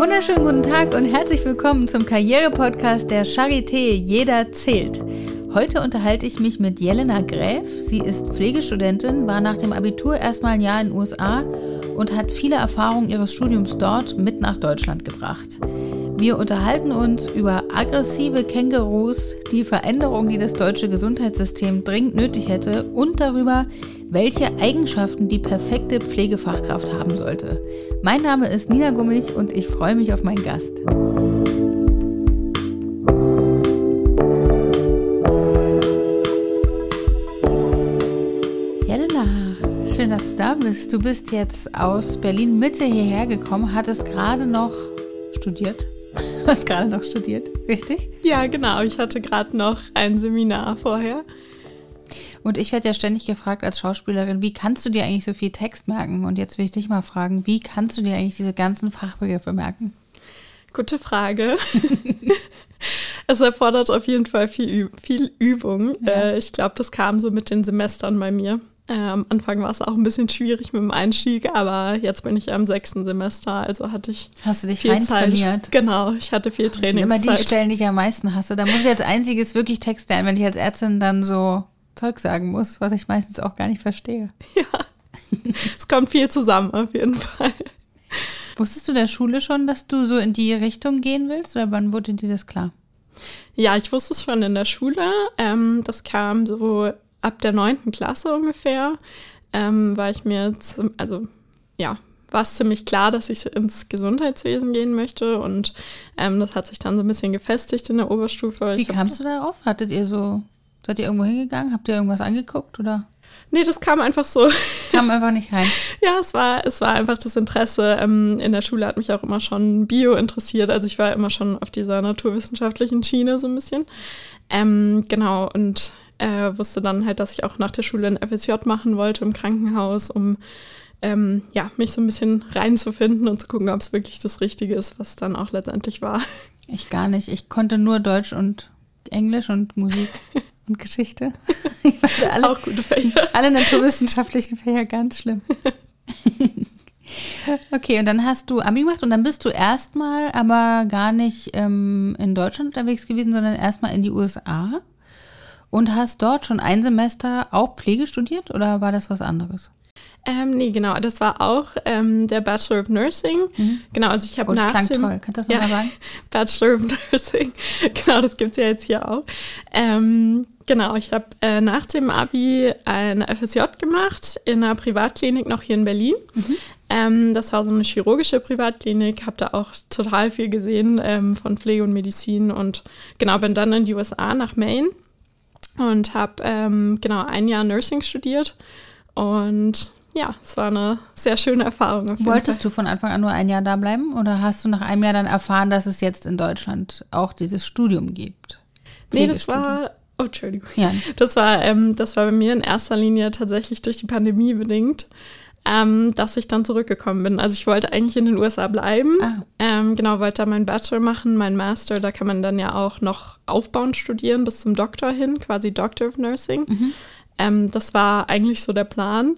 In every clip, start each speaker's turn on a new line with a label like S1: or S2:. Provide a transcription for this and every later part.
S1: Wunderschönen guten Tag und herzlich willkommen zum Karriere-Podcast der Charité Jeder zählt. Heute unterhalte ich mich mit Jelena Gräf. Sie ist Pflegestudentin, war nach dem Abitur erstmal ein Jahr in den USA und hat viele Erfahrungen ihres Studiums dort mit nach Deutschland gebracht. Wir unterhalten uns über aggressive Kängurus, die Veränderung, die das deutsche Gesundheitssystem dringend nötig hätte und darüber, welche Eigenschaften die perfekte Pflegefachkraft haben sollte. Mein Name ist Nina Gummich und ich freue mich auf meinen Gast. Jelena, schön, dass du da bist. Du bist jetzt aus Berlin-Mitte hierher gekommen, hattest gerade noch studiert. Du hast gerade noch studiert, richtig?
S2: Ja, genau. Ich hatte gerade noch ein Seminar vorher.
S1: Und ich werde ja ständig gefragt als Schauspielerin, wie kannst du dir eigentlich so viel Text merken? Und jetzt will ich dich mal fragen, wie kannst du dir eigentlich diese ganzen Fachbegriffe merken?
S2: Gute Frage. Es erfordert auf jeden Fall viel Übung. Ja. Ich glaube, das kam so mit den Semestern bei mir. Am Anfang war es auch ein bisschen schwierig mit dem Einstieg, aber jetzt bin ich am 6. Semester, also hatte ich
S1: Hast du dich
S2: viel
S1: trainiert?
S2: Zeit. Genau, ich hatte viel Trainingszeit.
S1: Das sind immer die Stellen, die ich am meisten hasse. Da muss ich als einziges wirklich Text lernen, wenn ich als Ärztin dann so Zeug sagen muss, was ich meistens auch gar nicht verstehe.
S2: Ja, es kommt viel zusammen auf jeden Fall.
S1: Wusstest du in der Schule schon, dass du so in die Richtung gehen willst oder wann wurde dir das klar?
S2: Ja, ich wusste es schon in der Schule. Das kam so ab der 9. Klasse ungefähr, war ich mir, war es ziemlich klar, dass ich ins Gesundheitswesen gehen möchte und das hat sich dann so ein bisschen gefestigt in der Oberstufe.
S1: Wie kamst du darauf? Seid ihr irgendwo hingegangen? Habt ihr irgendwas angeguckt oder?
S2: Nee, das kam einfach so.
S1: Kam einfach nicht rein.
S2: Ja, es war einfach das Interesse. In der Schule hat mich auch immer schon Bio interessiert. Also ich war immer schon auf dieser naturwissenschaftlichen Schiene so ein bisschen. Genau, und wusste dann halt, dass ich auch nach der Schule ein FSJ machen wollte im Krankenhaus, um mich so ein bisschen reinzufinden und zu gucken, ob es wirklich das Richtige ist, was dann auch letztendlich war.
S1: Ich gar nicht. Ich konnte nur Deutsch und Englisch und Musik und Geschichte. Ich fand
S2: auch gute Fächer.
S1: Alle naturwissenschaftlichen Fächer ganz schlimm. Okay, und dann hast du Abi gemacht und dann bist du erstmal aber gar nicht in Deutschland unterwegs gewesen, sondern erstmal in die USA und hast dort schon ein Semester auch Pflege studiert oder war das was anderes?
S2: Nee, genau, das war auch der Bachelor of Nursing. Mhm. Genau, also ich habe
S1: das klang toll. Kannst du das nochmal sagen?
S2: Bachelor of Nursing, genau, das gibt es ja jetzt hier auch. Genau, ich habe nach dem Abi ein FSJ gemacht in einer Privatklinik noch hier in Berlin. Mhm. Das war so eine chirurgische Privatklinik, habe da auch total viel gesehen von Pflege und Medizin und genau, bin dann in die USA nach Maine und habe ein Jahr Nursing studiert und ja, es war eine sehr schöne Erfahrung.
S1: Wolltest du von Anfang an nur ein Jahr da bleiben oder hast du nach einem Jahr dann erfahren, dass es jetzt in Deutschland auch dieses Studium gibt?
S2: Nee, das war, Entschuldigung. Ja. Das war bei mir in erster Linie tatsächlich durch die Pandemie bedingt, dass ich dann zurückgekommen bin. Also ich wollte eigentlich in den USA bleiben, wollte da meinen Bachelor machen, meinen Master, da kann man dann ja auch noch aufbauend studieren bis zum Doktor hin, quasi Doctor of Nursing. Mhm. Das war eigentlich so der Plan.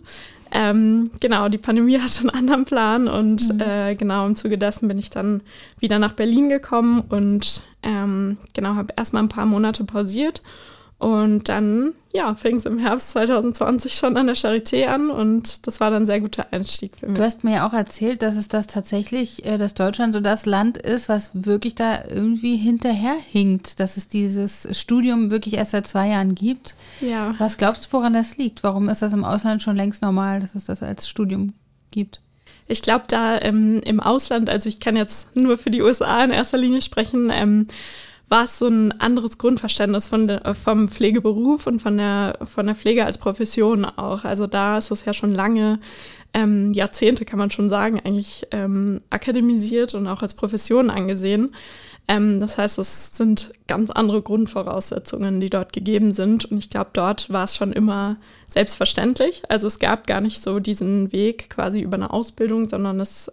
S2: Die Pandemie hatte einen anderen Plan und im Zuge dessen bin ich dann wieder nach Berlin gekommen und habe erstmal ein paar Monate pausiert und dann fing es im Herbst 2020 schon an der Charité an und das war dann ein sehr guter Einstieg für mich.
S1: Du hast mir ja auch erzählt, dass es das tatsächlich, dass Deutschland so das Land ist, was wirklich da irgendwie hinterherhinkt, dass es dieses Studium wirklich erst seit 2 Jahren gibt.
S2: Ja.
S1: Was glaubst du, woran das liegt? Warum ist das im Ausland schon längst normal, dass es das als Studium gibt?
S2: Ich glaube, da im Ausland, also ich kann jetzt nur für die USA in erster Linie sprechen, war es so ein anderes Grundverständnis vom Pflegeberuf und von der Pflege als Profession auch. Also da ist es ja schon lange, Jahrzehnte kann man schon sagen, eigentlich akademisiert und auch als Profession angesehen. Das heißt, es sind ganz andere Grundvoraussetzungen, die dort gegeben sind. Und ich glaube, dort war es schon immer selbstverständlich. Also es gab gar nicht so diesen Weg quasi über eine Ausbildung, sondern es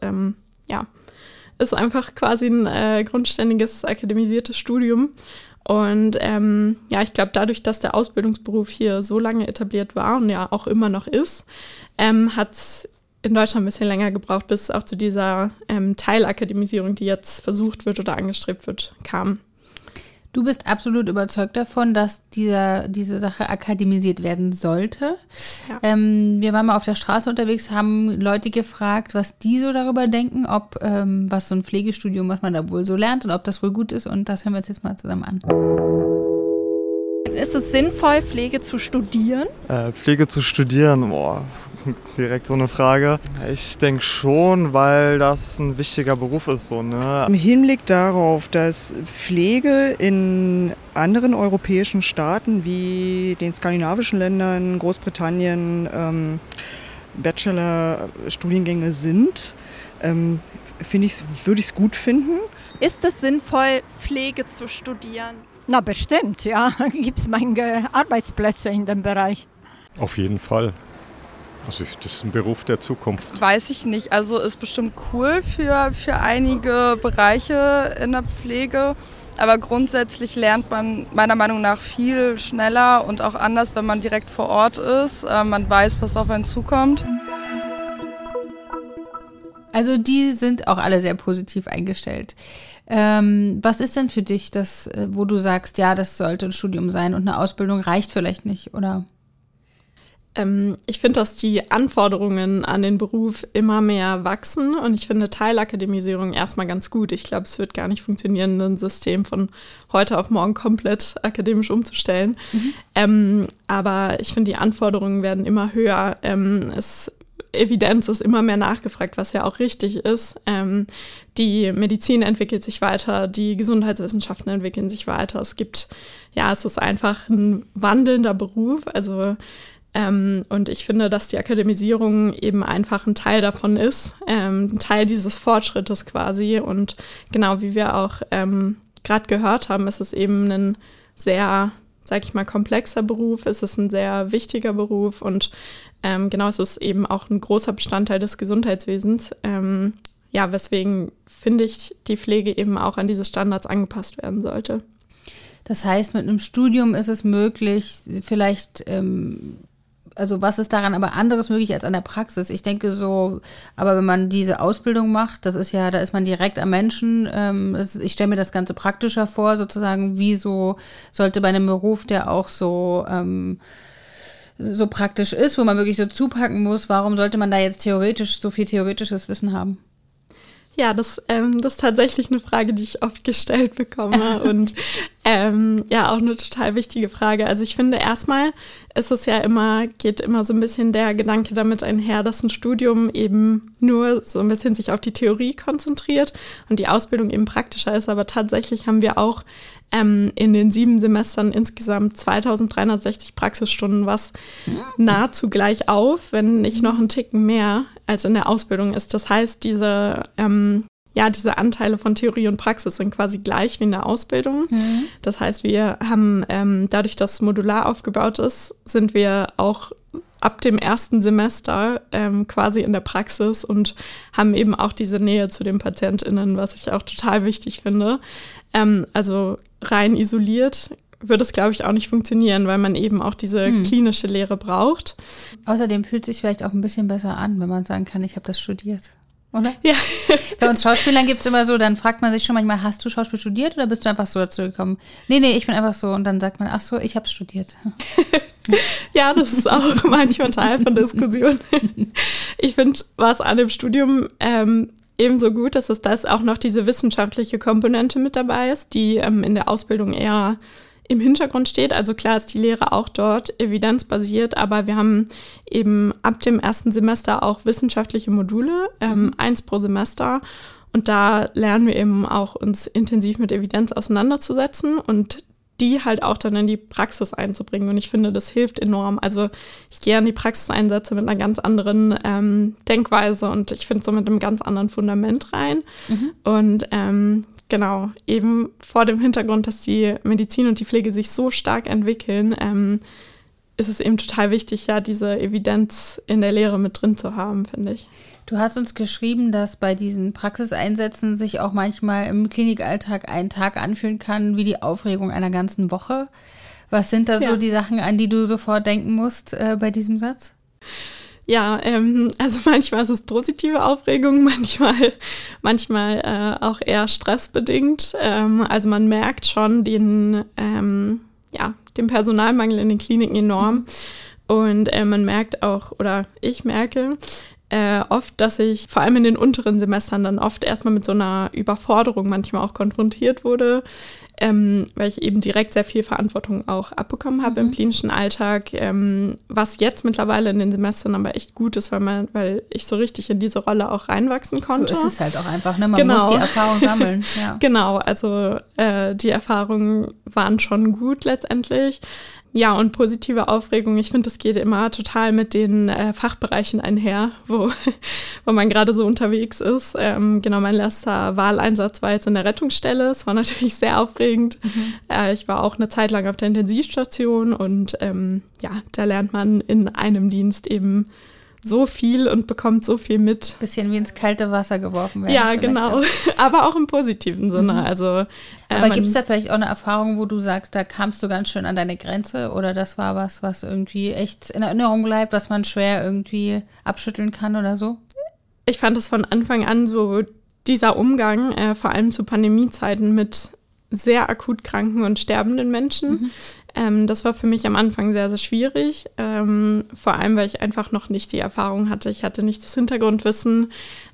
S2: ist einfach quasi ein grundständiges akademisiertes Studium. Und ich glaube, dadurch, dass der Ausbildungsberuf hier so lange etabliert war und ja auch immer noch ist, hat es in Deutschland ein bisschen länger gebraucht, bis es auch zu dieser Teilakademisierung, die jetzt versucht wird oder angestrebt wird, kam.
S1: Du bist absolut überzeugt davon, dass diese Sache akademisiert werden sollte. Ja. Wir waren mal auf der Straße unterwegs, haben Leute gefragt, was die so darüber denken, ob was so ein Pflegestudium, was man da wohl so lernt und ob das wohl gut ist. Und das hören wir uns jetzt mal zusammen an.
S3: Ist es sinnvoll, Pflege zu studieren?
S4: Pflege zu studieren, direkt so eine Frage. Ich denke schon, weil das ein wichtiger Beruf ist. So, ne?
S5: Im Hinblick darauf, dass Pflege in anderen europäischen Staaten wie den skandinavischen Ländern, Großbritannien, Bachelor-Studiengänge sind, würde ich es gut finden.
S3: Ist es sinnvoll, Pflege zu studieren?
S6: Na bestimmt, ja. Gibt es manche Arbeitsplätze in dem Bereich.
S7: Auf jeden Fall. Also das ist ein Beruf der Zukunft.
S8: Weiß ich nicht. Also ist bestimmt cool für einige Bereiche in der Pflege. Aber grundsätzlich lernt man meiner Meinung nach viel schneller und auch anders, wenn man direkt vor Ort ist. Man weiß, was auf einen zukommt.
S1: Also die sind auch alle sehr positiv eingestellt. Was ist denn für dich das, wo du sagst, ja, das sollte ein Studium sein und eine Ausbildung reicht vielleicht nicht, oder?
S2: Ich finde, dass die Anforderungen an den Beruf immer mehr wachsen und ich finde Teilakademisierung erstmal ganz gut. Ich glaube, es wird gar nicht funktionieren, ein System von heute auf morgen komplett akademisch umzustellen. Aber ich finde, die Anforderungen werden immer höher. Evidenz ist immer mehr nachgefragt, was ja auch richtig ist. Die Medizin entwickelt sich weiter, die Gesundheitswissenschaften entwickeln sich weiter. Es ist einfach ein wandelnder Beruf. Und ich finde, dass die Akademisierung eben einfach ein Teil davon ist, ein Teil dieses Fortschrittes quasi. Und genau wie wir auch gerade gehört haben, ist es eben ein sehr, sag ich mal, komplexer Beruf, es ist ein sehr wichtiger Beruf und es ist eben auch ein großer Bestandteil des Gesundheitswesens. Weswegen finde ich, die Pflege eben auch an diese Standards angepasst werden sollte.
S1: Das heißt, mit einem Studium ist es möglich, vielleicht was ist daran aber anderes möglich als an der Praxis? Ich denke so, aber wenn man diese Ausbildung macht, da ist man direkt am Menschen. Ich stelle mir das Ganze praktischer vor, sozusagen, wieso sollte bei einem Beruf, der auch so praktisch ist, wo man wirklich so zupacken muss, warum sollte man da jetzt so viel theoretisches Wissen haben?
S2: Ja, das ist tatsächlich eine Frage, die ich oft gestellt bekomme und auch eine total wichtige Frage. Also ich finde, erstmal ist es geht immer so ein bisschen der Gedanke damit einher, dass ein Studium eben nur so ein bisschen sich auf die Theorie konzentriert und die Ausbildung eben praktischer ist. Aber tatsächlich haben wir auch in den 7 Semestern insgesamt 2360 Praxisstunden, was nahezu gleich auf, wenn nicht noch ein Ticken mehr als in der Ausbildung ist. Das heißt, diese Anteile von Theorie und Praxis sind quasi gleich wie in der Ausbildung. Mhm. Das heißt, wir haben, dadurch, dass es modular aufgebaut ist, sind wir auch ab dem ersten Semester quasi in der Praxis und haben eben auch diese Nähe zu den PatientInnen, was ich auch total wichtig finde. Also rein isoliert würde es, glaube ich, auch nicht funktionieren, weil man eben auch diese klinische Lehre braucht.
S1: Außerdem fühlt es sich vielleicht auch ein bisschen besser an, wenn man sagen kann, ich habe das studiert. Oder?
S2: Ja.
S1: Bei uns Schauspielern gibt es immer so, dann fragt man sich schon manchmal, hast du Schauspiel studiert oder bist du einfach so dazu gekommen? Nee, ich bin einfach so. Und dann sagt man, ach so, ich habe studiert.
S2: Ja, das ist auch manchmal Teil von Diskussionen. Ich finde, was an dem Studium ebenso gut ist, ist, dass auch noch diese wissenschaftliche Komponente mit dabei ist, die in der Ausbildung eher im Hintergrund steht. Also klar ist die Lehre auch dort evidenzbasiert, aber wir haben eben ab dem ersten Semester auch wissenschaftliche Module, 1 pro Semester. Und da lernen wir eben auch, uns intensiv mit Evidenz auseinanderzusetzen und die halt auch dann in die Praxis einzubringen. Und ich finde, das hilft enorm. Also ich gehe an die Praxiseinsätze mit einer ganz anderen Denkweise und ich finde so mit einem ganz anderen Fundament rein. Und eben vor dem Hintergrund, dass die Medizin und die Pflege sich so stark entwickeln, ist es eben total wichtig, ja, diese Evidenz in der Lehre mit drin zu haben, finde ich.
S1: Du hast uns geschrieben, dass bei diesen Praxiseinsätzen sich auch manchmal im Klinikalltag ein Tag anfühlen kann wie die Aufregung einer ganzen Woche. Was sind da so die Sachen, an die du sofort denken musst bei diesem Satz?
S2: Ja, also manchmal ist es positive Aufregung, manchmal auch eher stressbedingt. Also man merkt schon den Personalmangel in den Kliniken enorm. Und man merkt auch, oder ich merke oft, dass ich vor allem in den unteren Semestern dann oft erstmal mit so einer Überforderung manchmal auch konfrontiert wurde, weil ich eben direkt sehr viel Verantwortung auch abbekommen habe im klinischen Alltag, was jetzt mittlerweile in den Semestern aber echt gut ist, weil ich so richtig in diese Rolle auch reinwachsen konnte.
S1: So ist es halt auch einfach, ne? Man muss die Erfahrung sammeln. Ja.
S2: Genau, also die Erfahrungen waren schon gut letztendlich. Ja, und positive Aufregung, ich finde, das geht immer total mit den Fachbereichen einher, wo man gerade so unterwegs ist. Genau, mein letzter Wahleinsatz war jetzt in der Rettungsstelle. Es war natürlich sehr aufregend. Ich war auch eine Zeit lang auf der Intensivstation und da lernt man in einem Dienst eben so viel und bekommt so viel mit.
S1: Bisschen wie ins kalte Wasser geworfen werden.
S2: Ja, genau. Aber auch im positiven Sinne. Also,
S1: aber gibt es da vielleicht auch eine Erfahrung, wo du sagst, da kamst du ganz schön an deine Grenze oder das war was irgendwie echt in Erinnerung bleibt, was man schwer irgendwie abschütteln kann oder so?
S2: Ich fand es von Anfang an so, dieser Umgang, vor allem zu Pandemiezeiten mit sehr akut kranken und sterbenden Menschen. Das war für mich am Anfang sehr, sehr schwierig, vor allem, weil ich einfach noch nicht die Erfahrung hatte. Ich hatte nicht das Hintergrundwissen,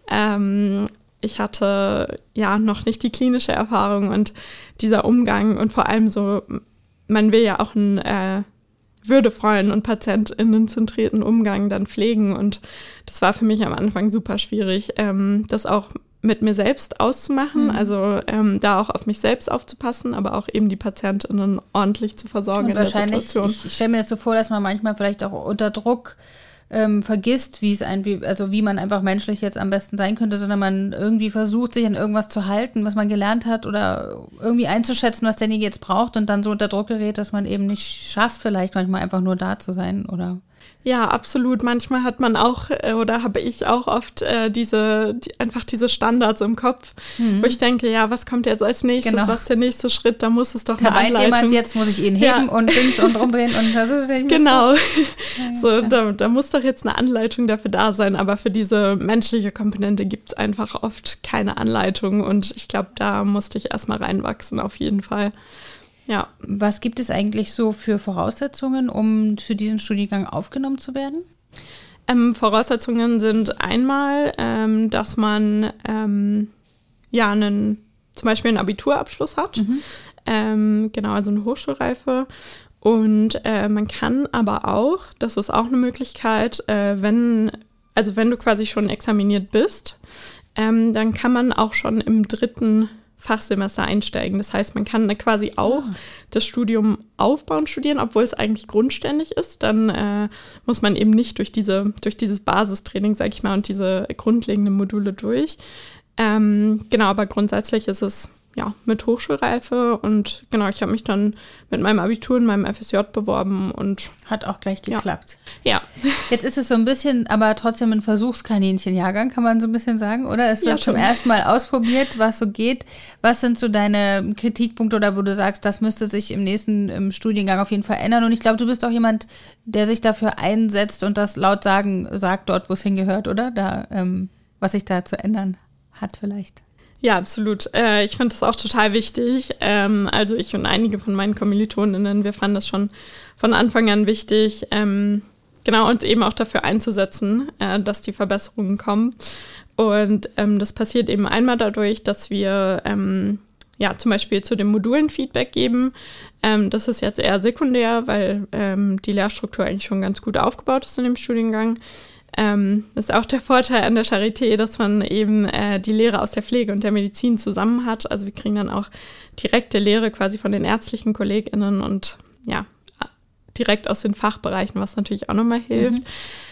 S2: ich hatte noch nicht die klinische Erfahrung und dieser Umgang und vor allem so, man will ja auch einen würdevollen und patientinnenzentrierten Umgang dann pflegen und das war für mich am Anfang super schwierig, das auch mit mir selbst auszumachen, also da auch auf mich selbst aufzupassen, aber auch eben die PatientInnen ordentlich zu versorgen
S1: und
S2: in der
S1: Situation.
S2: Wahrscheinlich,
S1: ich stelle mir das so vor, dass man manchmal vielleicht auch unter Druck vergisst, wie man einfach menschlich jetzt am besten sein könnte, sondern man irgendwie versucht, sich an irgendwas zu halten, was man gelernt hat oder irgendwie einzuschätzen, was derjenige jetzt braucht und dann so unter Druck gerät, dass man eben nicht schafft, vielleicht manchmal einfach nur da zu sein, oder?
S2: Ja, absolut. Manchmal hat man auch oder habe ich auch oft diese Standards im Kopf, wo ich denke, ja, was kommt jetzt als nächstes, was ist der nächste Schritt, da muss es doch eine Anleitung.
S8: Jemand, jetzt muss ich ihn heben und links und rumdrehen und versuchen.
S2: Genau. So, da muss doch jetzt eine Anleitung dafür da sein, aber für diese menschliche Komponente gibt es einfach oft keine Anleitung und ich glaube, da musste ich erstmal reinwachsen, auf jeden Fall. Ja.
S1: Was gibt es eigentlich so für Voraussetzungen, um für diesen Studiengang aufgenommen zu werden?
S2: Voraussetzungen sind einmal, dass man zum Beispiel einen Abiturabschluss hat, genau, also eine Hochschulreife. Und man kann aber auch, das ist auch eine Möglichkeit, wenn du quasi schon examiniert bist, dann kann man auch schon im 3. Fachsemester einsteigen. Das heißt, man kann quasi auch das Studium aufbauen studieren, obwohl es eigentlich grundständig ist. Dann muss man eben nicht durch dieses Basistraining, sag ich mal, und diese grundlegenden Module durch. Genau, aber grundsätzlich ist es mit Hochschulreife und genau, ich habe mich dann mit meinem Abitur in meinem FSJ beworben und
S1: hat auch gleich geklappt.
S2: Ja.
S1: Jetzt ist es so ein bisschen, aber trotzdem ein Versuchskaninchen-Jahrgang, kann man so ein bisschen sagen, oder? Es wird zum ersten Mal ausprobiert, was so geht. Was sind so deine Kritikpunkte oder wo du sagst, das müsste sich im nächsten Studiengang auf jeden Fall ändern? Und ich glaube, du bist auch jemand, der sich dafür einsetzt und das laut sagt dort, wo es hingehört, oder? Da, was sich da zu ändern hat vielleicht.
S2: Ja, absolut. Ich finde das auch total wichtig. Also ich und einige von meinen KommilitonInnen, wir fanden das schon von Anfang an wichtig, genau, uns eben auch dafür einzusetzen, dass die Verbesserungen kommen. Und das passiert eben einmal dadurch, dass wir zum Beispiel zu den Modulen Feedback geben. Das ist jetzt eher sekundär, weil die Lehrstruktur eigentlich schon ganz gut aufgebaut ist in dem Studiengang. Das ist auch der Vorteil an der Charité, dass man eben die Lehre aus der Pflege und der Medizin zusammen hat. Also wir kriegen dann auch direkte Lehre quasi von den ärztlichen KollegInnen und direkt aus den Fachbereichen, was natürlich auch nochmal hilft.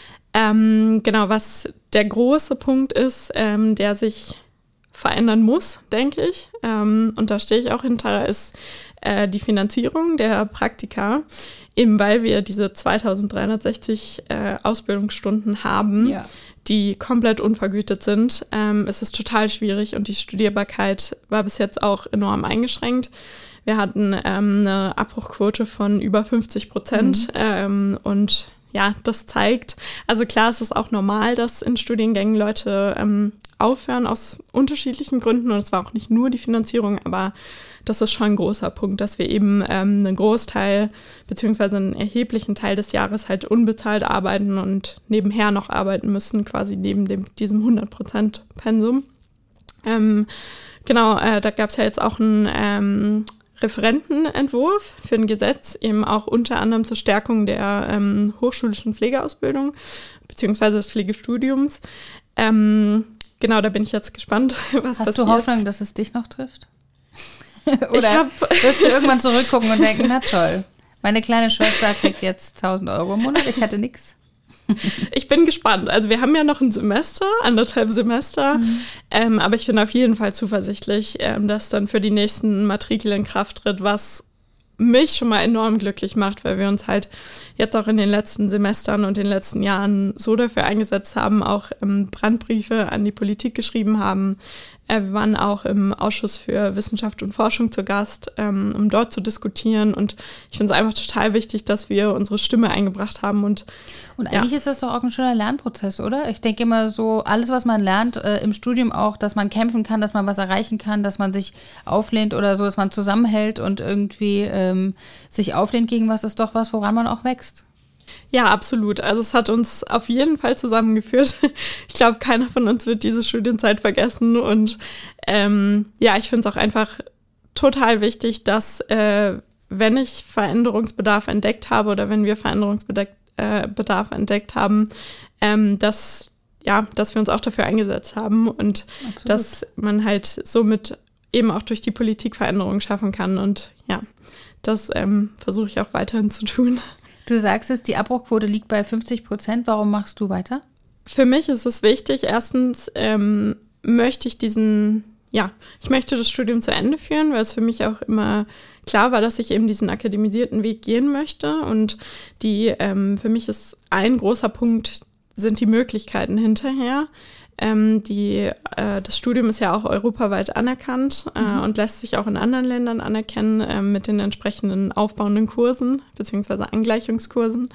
S2: Genau, was der große Punkt ist, der sich verändern muss, denke ich, und da stehe ich auch hinter, ist die Finanzierung der Praktika. Eben weil wir diese 2360 Ausbildungsstunden haben, die komplett unvergütet sind. Es ist total schwierig und die Studierbarkeit war bis jetzt auch enorm eingeschränkt. Wir hatten eine Abbruchquote von über 50%. Und das zeigt. Also klar, es ist auch normal, dass in Studiengängen Leute aufhören aus unterschiedlichen Gründen und es war auch nicht nur die Finanzierung, aber das ist schon ein großer Punkt, dass wir eben einen Großteil beziehungsweise einen erheblichen Teil des Jahres halt unbezahlt arbeiten und nebenher noch arbeiten müssen, quasi neben diesem 100% Pensum. Da gab es ja jetzt auch einen Referentenentwurf für ein Gesetz, eben auch unter anderem zur Stärkung der hochschulischen Pflegeausbildung beziehungsweise des Pflegestudiums. Da bin ich jetzt gespannt, was passiert.
S1: Hast du Hoffnung, dass es dich noch trifft? Oder wirst du irgendwann zurückgucken und denken, na toll, meine kleine Schwester kriegt jetzt 1.000 Euro im Monat, ich hatte nichts.
S2: Ich bin gespannt. Also wir haben ja noch ein Semester, 1,5 Semester, aber ich bin auf jeden Fall zuversichtlich, dass dann für die nächsten Matrikel in Kraft tritt, was mich schon mal enorm glücklich macht, weil wir uns halt jetzt auch in den letzten Semestern und den letzten Jahren so dafür eingesetzt haben, auch Brandbriefe an die Politik geschrieben haben. Wir waren auch im Ausschuss für Wissenschaft und Forschung zu Gast, um dort zu diskutieren. Und ich finde es einfach total wichtig, dass wir unsere Stimme eingebracht haben. Und
S1: eigentlich ist das doch auch ein schöner Lernprozess, oder? Ich denke immer so, alles, was man lernt im Studium auch, dass man kämpfen kann, dass man was erreichen kann, dass man sich auflehnt oder so, dass man zusammenhält und irgendwie sich auflehnt gegen was, ist doch was, woran man auch wächst.
S2: Ja, absolut. Also es hat uns auf jeden Fall zusammengeführt. Ich glaube, keiner von uns wird diese Studienzeit vergessen. Und ich finde es auch einfach total wichtig, dass wenn ich Veränderungsbedarf entdeckt habe oder wenn wir Veränderungsbedarf entdeckt haben, dass wir uns auch dafür eingesetzt haben und absolut. Dass man halt somit eben auch durch die Politik Veränderungen schaffen kann. Und das versuche ich auch weiterhin zu tun.
S1: Du sagst es, die Abbruchquote liegt bei 50%. Warum machst du weiter?
S2: Für mich ist es wichtig. Erstens möchte ich ich möchte das Studium zu Ende führen, weil es für mich auch immer klar war, dass ich eben diesen akademisierten Weg gehen möchte. Und für mich ist ein großer Punkt, sind die Möglichkeiten hinterher. Das Studium ist ja auch europaweit anerkannt und lässt sich auch in anderen Ländern anerkennen mit den entsprechenden aufbauenden Kursen beziehungsweise Angleichungskursen.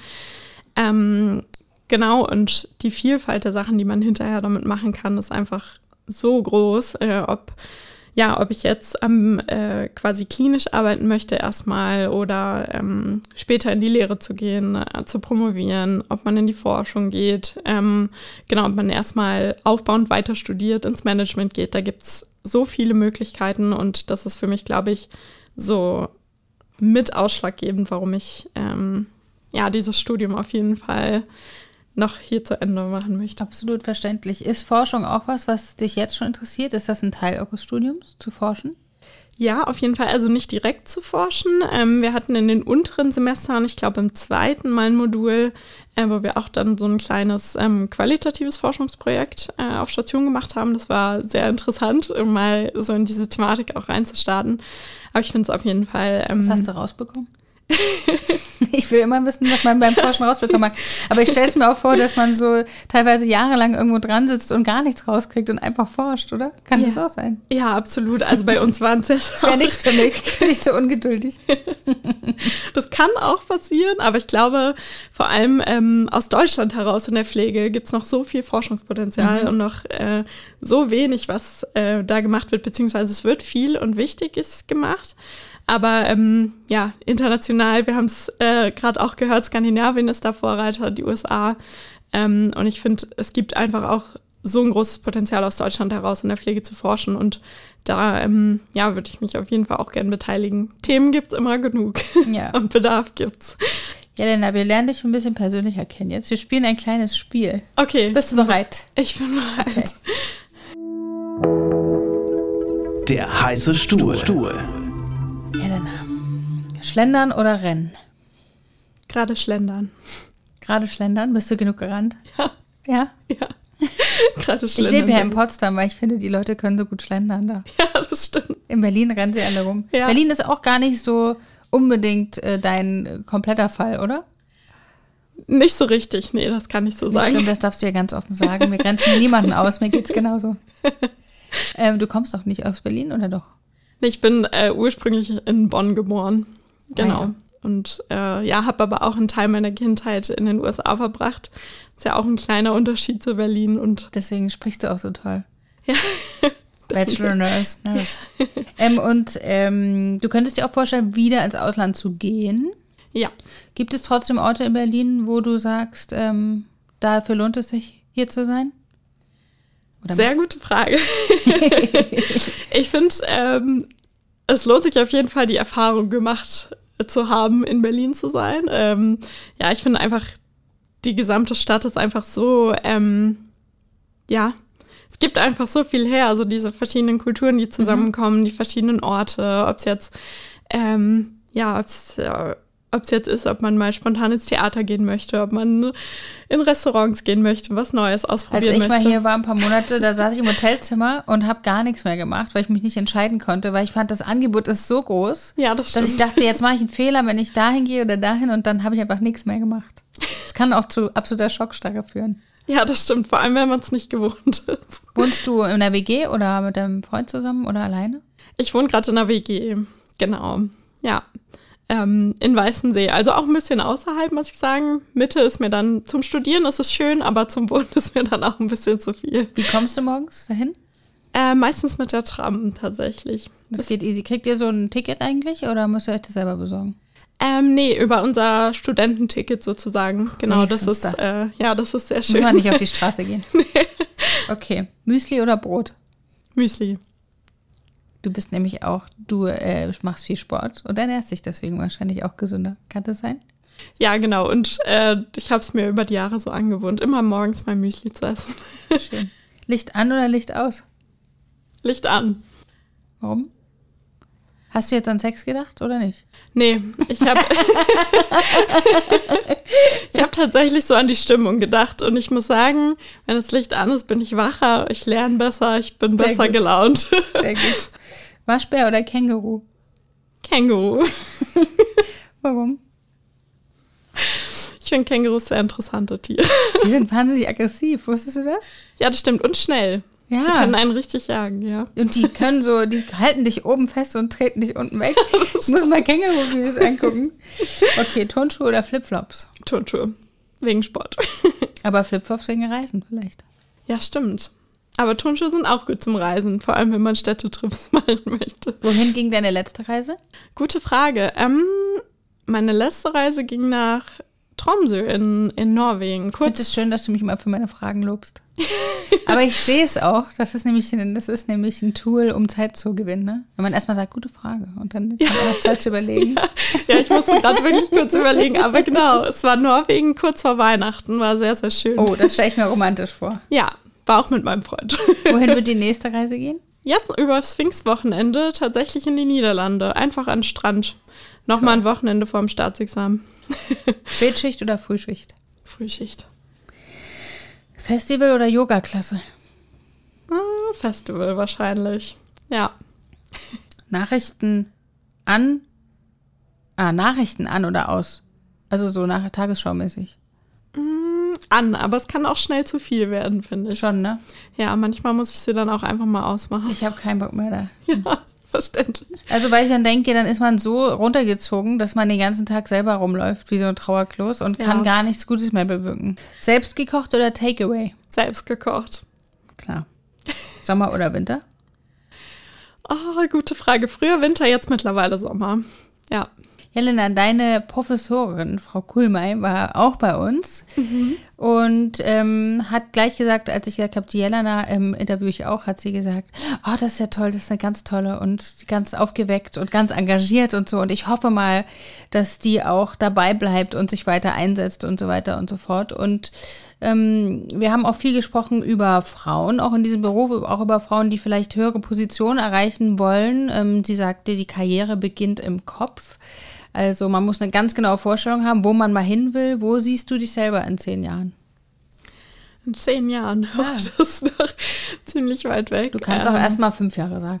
S2: Und die Vielfalt der Sachen, die man hinterher damit machen kann, ist einfach so groß, ob ich jetzt quasi klinisch arbeiten möchte erstmal oder später in die Lehre zu gehen, zu promovieren, ob man in die Forschung geht, ob man erstmal aufbauend weiter studiert, ins Management geht. Da gibt es so viele Möglichkeiten und das ist für mich, glaube ich, so mit ausschlaggebend, warum ich dieses Studium auf jeden Fall noch hier zu Ende machen möchte.
S1: Absolut verständlich. Ist Forschung auch was dich jetzt schon interessiert? Ist das ein Teil eures Studiums, zu forschen?
S2: Ja, auf jeden Fall. Also nicht direkt zu forschen. Wir hatten in den unteren Semestern, ich glaube im 2. Mal ein Modul, wo wir auch dann so ein kleines qualitatives Forschungsprojekt auf Station gemacht haben. Das war sehr interessant, um mal so in diese Thematik auch reinzustarten. Aber ich finde es auf jeden Fall...
S1: Was hast du rausbekommen? Ich will immer wissen, was man beim Forschen rausbekommen hat. Aber ich stelle es mir auch vor, dass man so teilweise jahrelang irgendwo dran sitzt und gar nichts rauskriegt und einfach forscht, oder? Kann das auch sein?
S2: Ja, absolut. Also bei uns waren es jetzt
S1: das wäre nichts für mich. Bin ich zu ungeduldig.
S2: Das kann auch passieren, aber ich glaube, vor allem aus Deutschland heraus in der Pflege gibt es noch so viel Forschungspotenzial und noch so wenig, was da gemacht wird, beziehungsweise es wird viel und Wichtiges gemacht. Aber international, wir haben es gerade auch gehört, Skandinavien ist da Vorreiter, die USA. Und ich finde, es gibt einfach auch so ein großes Potenzial aus Deutschland heraus in der Pflege zu forschen. Und da würde ich mich auf jeden Fall auch gerne beteiligen. Themen gibt es immer genug und Bedarf gibt's.
S1: Jelena, wir lernen dich ein bisschen persönlicher kennen jetzt. Wir spielen ein kleines Spiel.
S2: Okay.
S1: Bist du bereit?
S2: Ich bin bereit.
S9: Okay. Der heiße Stuhl.
S1: Jelena, schlendern oder rennen?
S2: Gerade schlendern.
S1: Gerade schlendern? Bist du genug gerannt?
S2: Ja.
S1: Ja?
S2: Ja. Gerade schlendern.
S1: Ich lebe ja in Potsdam, weil ich finde, die Leute können so gut schlendern da.
S2: Ja, das stimmt.
S1: In Berlin rennen sie alle rum. Ja. Berlin ist auch gar nicht so unbedingt dein kompletter Fall, oder?
S2: Nicht so richtig, nee, das kann ich so sagen.
S1: Stimmt, das darfst du ja ganz offen sagen. Wir grenzen niemanden aus, mir geht's genauso. Du kommst doch nicht aus Berlin, oder doch?
S2: Ich bin ursprünglich in Bonn geboren. Genau.
S1: Ah, ja.
S2: Und habe aber auch einen Teil meiner Kindheit in den USA verbracht. Ist ja auch ein kleiner Unterschied zu Berlin. Und
S1: deswegen sprichst du auch so toll.
S2: Ja.
S1: Bachelor, Nurse. Du könntest dir auch vorstellen, wieder ins Ausland zu gehen?
S2: Ja.
S1: Gibt es trotzdem Orte in Berlin, wo du sagst, dafür lohnt es sich, hier zu sein? Oder
S2: sehr gute Frage. Ich finde, es lohnt sich auf jeden Fall, die Erfahrung gemacht zu haben, in Berlin zu sein. Ich finde einfach, die gesamte Stadt ist einfach so, es gibt einfach so viel her. Also diese verschiedenen Kulturen, die zusammenkommen, die verschiedenen Orte, ob es jetzt, ob es jetzt ist, ob man mal spontan ins Theater gehen möchte, ob man in Restaurants gehen möchte, was Neues ausprobieren möchte.
S1: Als ich mal hier war, ein paar Monate, da saß ich im Hotelzimmer und habe gar nichts mehr gemacht, weil ich mich nicht entscheiden konnte, weil ich fand, das Angebot ist so groß,
S2: das
S1: dass ich dachte, jetzt mache ich einen Fehler, wenn ich dahin gehe oder dahin, und dann habe ich einfach nichts mehr gemacht. Das kann auch zu absoluter Schockstarre führen.
S2: Ja, das stimmt, vor allem, wenn man es nicht gewohnt ist.
S1: Wohnst du in einer WG oder mit deinem Freund zusammen oder alleine?
S2: Ich wohne gerade in einer WG, genau, ja. In Weißensee, also auch ein bisschen außerhalb, muss ich sagen. Mitte ist mir dann, zum Studieren ist es schön, aber zum Wohnen ist mir dann auch ein bisschen zu viel.
S1: Wie kommst du morgens dahin?
S2: Meistens mit der Tram tatsächlich.
S1: Das geht easy. Kriegt ihr so ein Ticket eigentlich oder müsst ihr euch das selber besorgen?
S2: Nee, über unser Studententicket sozusagen. Genau, das ist sehr schön.
S1: Muss man nicht auf die Straße gehen.
S2: Nee.
S1: Okay, Müsli oder Brot?
S2: Müsli.
S1: Du bist nämlich auch, du machst viel Sport und ernährst dich deswegen wahrscheinlich auch gesünder. Kann das sein?
S2: Ja, genau. Und ich habe es mir über die Jahre so angewohnt, immer morgens mein Müsli zu essen.
S1: Schön. Licht an oder Licht aus?
S2: Licht an.
S1: Warum? Hast du jetzt an Sex gedacht oder nicht?
S2: Nee, ich habe tatsächlich so an die Stimmung gedacht. Und ich muss sagen, wenn das Licht an ist, bin ich wacher, ich lerne besser, ich bin besser gelaunt.
S1: Sehr gut. Waschbär oder Känguru?
S2: Känguru.
S1: Warum?
S2: Ich finde Kängurus sehr interessante Tiere.
S1: Die sind wahnsinnig aggressiv, wusstest du das?
S2: Ja, das stimmt. Und schnell.
S1: Ja.
S2: Die können einen richtig jagen, ja.
S1: Und die können so, die halten dich oben fest und treten dich unten weg. Ich muss mal Känguru-Videos angucken. Okay, Turnschuhe oder Flipflops?
S2: Turnschuhe. Wegen Sport.
S1: Aber Flipflops wegen Reisen vielleicht.
S2: Ja, stimmt. Aber Turnschuhe sind auch gut zum Reisen, vor allem wenn man Städtetrips machen möchte.
S1: Wohin ging deine letzte Reise?
S2: Gute Frage. Meine letzte Reise ging nach Tromsø in Norwegen.
S1: Ich finde es schön, dass du mich immer für meine Fragen lobst. Aber ich sehe es auch. Das ist nämlich ein Tool, um Zeit zu gewinnen. Ne? Wenn man erstmal sagt, gute Frage. Und dann hat man Zeit zu überlegen.
S2: Ja, ich musste gerade wirklich kurz überlegen. Aber genau, es war Norwegen kurz vor Weihnachten. War sehr, sehr schön.
S1: Oh, das stelle ich mir romantisch vor.
S2: Ja, war auch mit meinem Freund.
S1: Wohin wird die nächste Reise gehen?
S2: Jetzt über das Pfingstwochenende tatsächlich in die Niederlande. Einfach an den Strand. Nochmal ein Wochenende vor dem Staatsexamen.
S1: Spätschicht oder Frühschicht?
S2: Frühschicht.
S1: Festival oder Yoga-Klasse?
S2: Festival wahrscheinlich, ja.
S1: Nachrichten an oder aus? Also so nach Tagesschau-mäßig?
S2: An, aber es kann auch schnell zu viel werden, finde ich.
S1: Schon, ne?
S2: Ja, manchmal muss ich sie dann auch einfach mal ausmachen.
S1: Ich habe keinen Bock mehr da.
S2: Ja, verständlich.
S1: Also weil ich dann denke, dann ist man so runtergezogen, dass man den ganzen Tag selber rumläuft, wie so ein Trauerklos und kann gar nichts Gutes mehr bewirken. Selbst gekocht oder Takeaway?
S2: Selbst gekocht.
S1: Klar. Sommer oder Winter?
S2: Oh, gute Frage. Früher Winter, jetzt mittlerweile Sommer. Ja.
S1: Jelena, deine Professorin, Frau Kuhlmey, war auch bei uns und hat gleich gesagt, als ich gesagt habe, die Jelena interview ich auch, hat sie gesagt, oh, das ist ja toll, das ist eine ganz tolle und ganz aufgeweckt und ganz engagiert und so. Und ich hoffe mal, dass die auch dabei bleibt und sich weiter einsetzt und so weiter und so fort. Und wir haben auch viel gesprochen über Frauen, auch in diesem Beruf, auch über Frauen, die vielleicht höhere Positionen erreichen wollen. Sie sagte, die Karriere beginnt im Kopf. Also man muss eine ganz genaue Vorstellung haben, wo man mal hin will. Wo siehst du dich selber in 10 Jahren?
S2: In 10 Jahren? Ja. Oh, das ist noch ziemlich weit weg.
S1: Du kannst auch erst mal 5 Jahre sagen.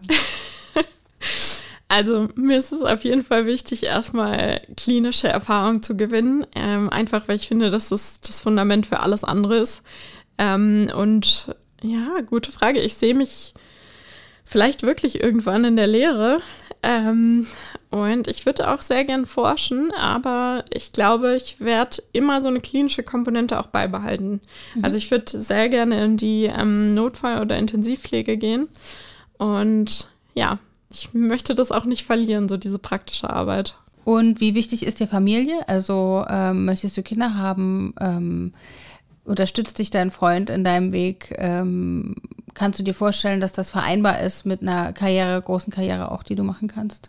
S2: Also mir ist es auf jeden Fall wichtig, erstmal klinische Erfahrung zu gewinnen. Einfach, weil ich finde, dass das das Fundament für alles andere ist. Und ja, gute Frage. Ich sehe mich vielleicht wirklich irgendwann in der Lehre. Und ich würde auch sehr gern forschen, aber ich glaube, ich werde immer so eine klinische Komponente auch beibehalten. Also ich würde sehr gerne in die Notfall- oder Intensivpflege gehen. Und ja, ich möchte das auch nicht verlieren, so diese praktische Arbeit.
S1: Und wie wichtig ist dir Familie? Also möchtest du Kinder haben? Unterstützt dich dein Freund in deinem Weg? Kannst du dir vorstellen, dass das vereinbar ist mit einer großen Karriere auch, die du machen kannst?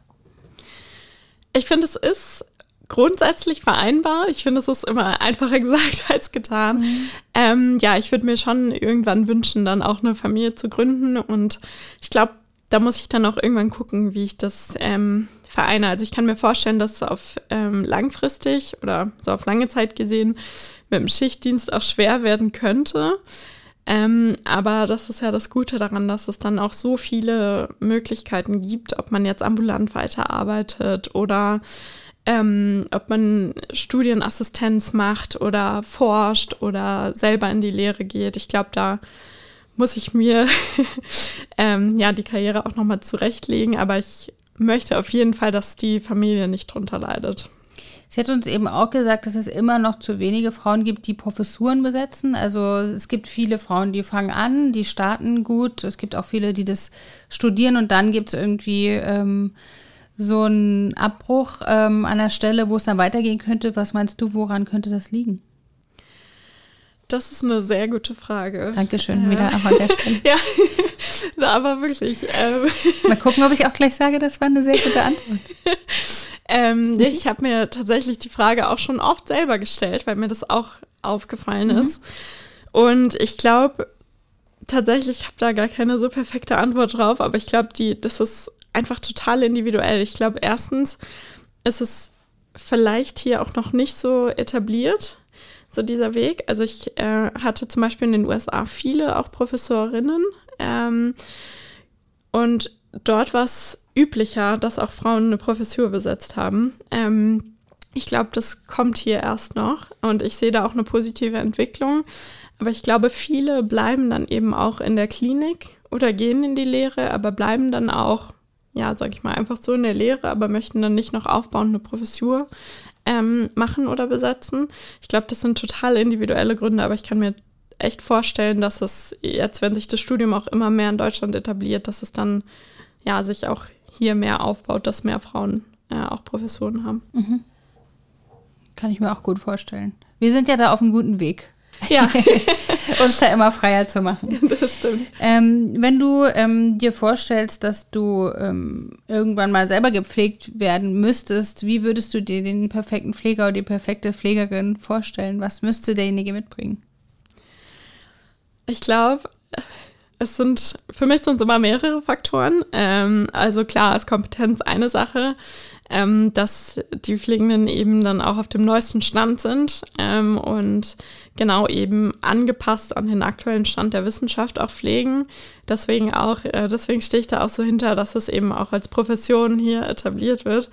S2: Ich finde, es ist grundsätzlich vereinbar. Ich finde, es ist immer einfacher gesagt als getan. Ja, ich würde mir schon irgendwann wünschen, dann auch eine Familie zu gründen. Und ich glaube, da muss ich dann auch irgendwann gucken, wie ich das vereine. Also ich kann mir vorstellen, dass es auf langfristig oder so auf lange Zeit gesehen mit dem Schichtdienst auch schwer werden könnte. Aber das ist ja das Gute daran, dass es dann auch so viele Möglichkeiten gibt, ob man jetzt ambulant weiterarbeitet oder ob man Studienassistenz macht oder forscht oder selber in die Lehre geht. Ich glaube, da muss ich mir die Karriere auch nochmal zurechtlegen, aber ich möchte auf jeden Fall, dass die Familie nicht drunter leidet.
S1: Sie hat uns eben auch gesagt, dass es immer noch zu wenige Frauen gibt, die Professuren besetzen. Also es gibt viele Frauen, die fangen an, die starten gut. Es gibt auch viele, die das studieren und dann gibt es irgendwie so einen Abbruch an der Stelle, wo es dann weitergehen könnte. Was meinst du, woran könnte das liegen?
S2: Das ist eine sehr gute Frage.
S1: Dankeschön, wieder auch an der Stelle.
S2: Ja, aber wirklich.
S1: Mal gucken, ob ich auch gleich sage, das war eine sehr gute Antwort.
S2: Ich habe mir tatsächlich die Frage auch schon oft selber gestellt, weil mir das auch aufgefallen ist. Und ich glaube, tatsächlich, ich habe da gar keine so perfekte Antwort drauf, aber ich glaube, das ist einfach total individuell. Ich glaube, erstens ist es vielleicht hier auch noch nicht so etabliert, so dieser Weg. Also ich hatte zum Beispiel in den USA viele auch Professorinnen und dort war es üblicher, dass auch Frauen eine Professur besetzt haben. Ich glaube, das kommt hier erst noch und ich sehe da auch eine positive Entwicklung. Aber ich glaube, viele bleiben dann eben auch in der Klinik oder gehen in die Lehre, aber bleiben dann auch, ja, sag ich mal, einfach so in der Lehre, aber möchten dann nicht noch aufbauend eine Professur machen oder besetzen. Ich glaube, das sind total individuelle Gründe, aber ich kann mir echt vorstellen, dass es jetzt, wenn sich das Studium auch immer mehr in Deutschland etabliert, dass es dann ja sich auch hier mehr aufbaut, dass mehr Frauen auch Professuren haben.
S1: Kann ich mir auch gut vorstellen. Wir sind ja da auf einem guten Weg.
S2: Ja.
S1: Uns da immer freier zu machen.
S2: Das stimmt.
S1: Wenn du dir vorstellst, dass du irgendwann mal selber gepflegt werden müsstest, wie würdest du dir den perfekten Pfleger oder die perfekte Pflegerin vorstellen? Was müsste derjenige mitbringen?
S2: Ich glaube, für mich sind es immer mehrere Faktoren. Also klar ist Kompetenz eine Sache, dass die Pflegenden eben dann auch auf dem neuesten Stand sind und genau eben angepasst an den aktuellen Stand der Wissenschaft auch pflegen. Deswegen stehe ich da auch so hinter, dass es eben auch als Profession hier etabliert wird.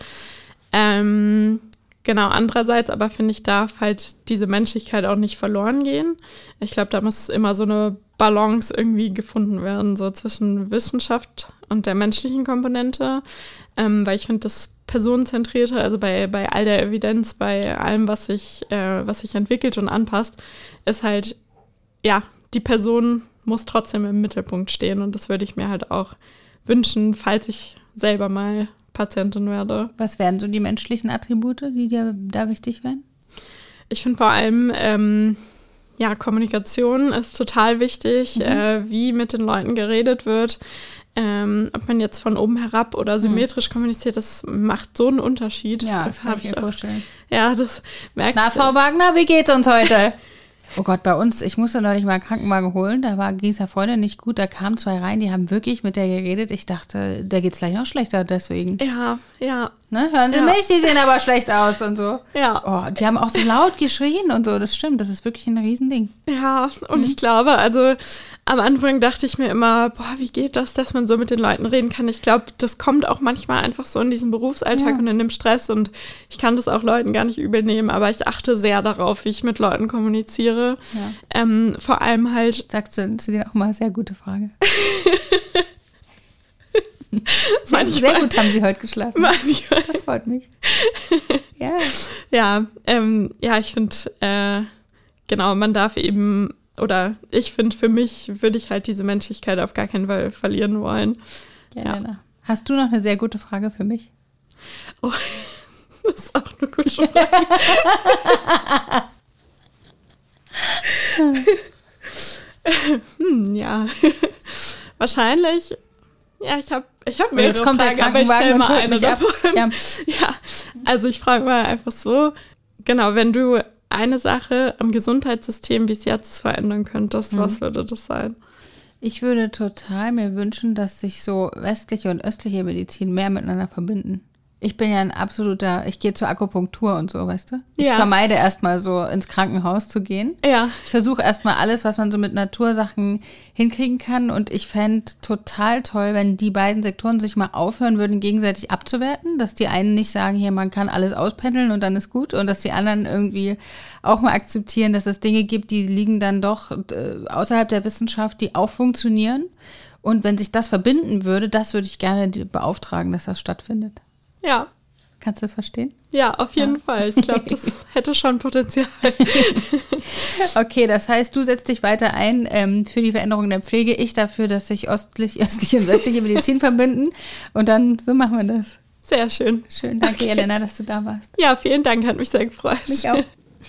S2: Genau, andererseits aber finde ich, darf halt diese Menschlichkeit auch nicht verloren gehen. Ich glaube, da muss immer so eine Balance irgendwie gefunden werden, so zwischen Wissenschaft und der menschlichen Komponente, weil ich finde, das Personenzentrierte, also bei all der Evidenz, bei allem, was sich entwickelt und anpasst, ist halt, ja, die Person muss trotzdem im Mittelpunkt stehen und das würde ich mir halt auch wünschen, falls ich selber mal Patientin werde.
S1: Was wären so die menschlichen Attribute, die dir da wichtig wären?
S2: Ich finde vor allem, Kommunikation ist total wichtig, wie mit den Leuten geredet wird. Ob man jetzt von oben herab oder symmetrisch kommuniziert, das macht so einen Unterschied.
S1: Ja, das kann ich mir vorstellen.
S2: Ja, das merkt
S1: Na, Frau Wagner, wie geht's uns heute? Oh Gott, bei uns, ich musste neulich mal einen Krankenwagen holen, da ging es ja Freundin nicht gut, da kamen 2 rein, die haben wirklich mit der geredet. Ich dachte, der geht's gleich noch schlechter deswegen.
S2: Ja.
S1: Ne? Hören Sie mich, die sehen aber schlecht aus und so.
S2: Ja.
S1: Oh, die haben auch so laut geschrien und so, das stimmt, das ist wirklich ein Riesending.
S2: Ja, und ich glaube, also am Anfang dachte ich mir immer, boah, wie geht das, dass man so mit den Leuten reden kann? Ich glaube, das kommt auch manchmal einfach so in diesem Berufsalltag und in dem Stress und ich kann das auch Leuten gar nicht übel nehmen, aber ich achte sehr darauf, wie ich mit Leuten kommuniziere. Ja. Vor allem halt.
S1: Sagst du zu dir auch mal, sehr gute Frage. Sehr gut haben Sie heute geschlafen.
S2: Manchmal.
S1: Das freut mich. Ja.
S2: Ja, ich finde, genau, man darf eben, oder ich finde, für mich würde ich halt diese Menschlichkeit auf gar keinen Fall verlieren wollen.
S1: Ja. Hast du noch eine sehr gute Frage für mich?
S2: Oh, das ist auch eine gute Frage. Ja, wahrscheinlich. Ja, ich hab mehrere
S1: Jetzt kommt
S2: Fragen,
S1: der
S2: aber ich stelle mal eine davon.
S1: Ja.
S2: Ja, also ich frage mal einfach so, genau, wenn du eine Sache am Gesundheitssystem bis jetzt verändern könntest, was würde das sein?
S1: Ich würde total mir wünschen, dass sich so westliche und östliche Medizin mehr miteinander verbinden. Ich bin ja ein absoluter, ich gehe zur Akupunktur und so, weißt du? Ich vermeide erstmal so ins Krankenhaus zu gehen.
S2: Ja.
S1: Ich versuche erstmal alles, was man so mit Natursachen hinkriegen kann, und ich fände total toll, wenn die beiden Sektoren sich mal aufhören würden, gegenseitig abzuwerten, dass die einen nicht sagen, hier, man kann alles auspendeln und dann ist gut, und dass die anderen irgendwie auch mal akzeptieren, dass es Dinge gibt, die liegen dann doch außerhalb der Wissenschaft, die auch funktionieren. Und wenn sich das verbinden würde, das würde ich gerne beauftragen, dass das stattfindet.
S2: Ja.
S1: Kannst du das verstehen?
S2: Ja, auf jeden Fall. Ich glaube, das hätte schon Potenzial.
S1: Okay, das heißt, du setzt dich weiter ein für die Veränderung der Pflege. Ich dafür, dass sich östliche und westliche Medizin verbinden. Und dann, so machen wir das.
S2: Sehr schön.
S1: Schön, danke, Jelena, dass du da warst.
S2: Ja, vielen Dank, hat mich sehr gefreut.
S1: Mich auch.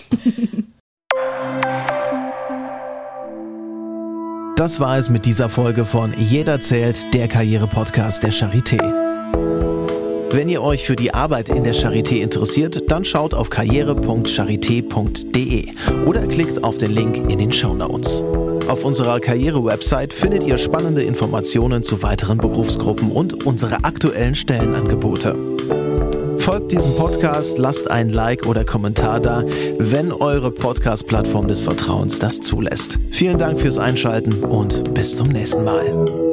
S9: Das war es mit dieser Folge von Jeder zählt, der Karriere-Podcast der Charité. Wenn ihr euch für die Arbeit in der Charité interessiert, dann schaut auf karriere.charité.de oder klickt auf den Link in den Shownotes. Auf unserer Karriere-Website findet ihr spannende Informationen zu weiteren Berufsgruppen und unsere aktuellen Stellenangebote. Folgt diesem Podcast, lasst ein Like oder Kommentar da, wenn eure Podcast-Plattform des Vertrauens das zulässt. Vielen Dank fürs Einschalten und bis zum nächsten Mal.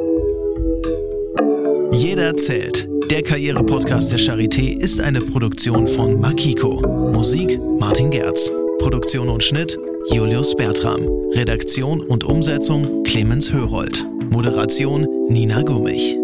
S9: Jeder zählt. Der Karriere-Podcast der Charité ist eine Produktion von Makiko. Musik Martin Gerz. Produktion und Schnitt Julius Bertram. Redaktion und Umsetzung Clemens Hörold. Moderation Nina Gummich.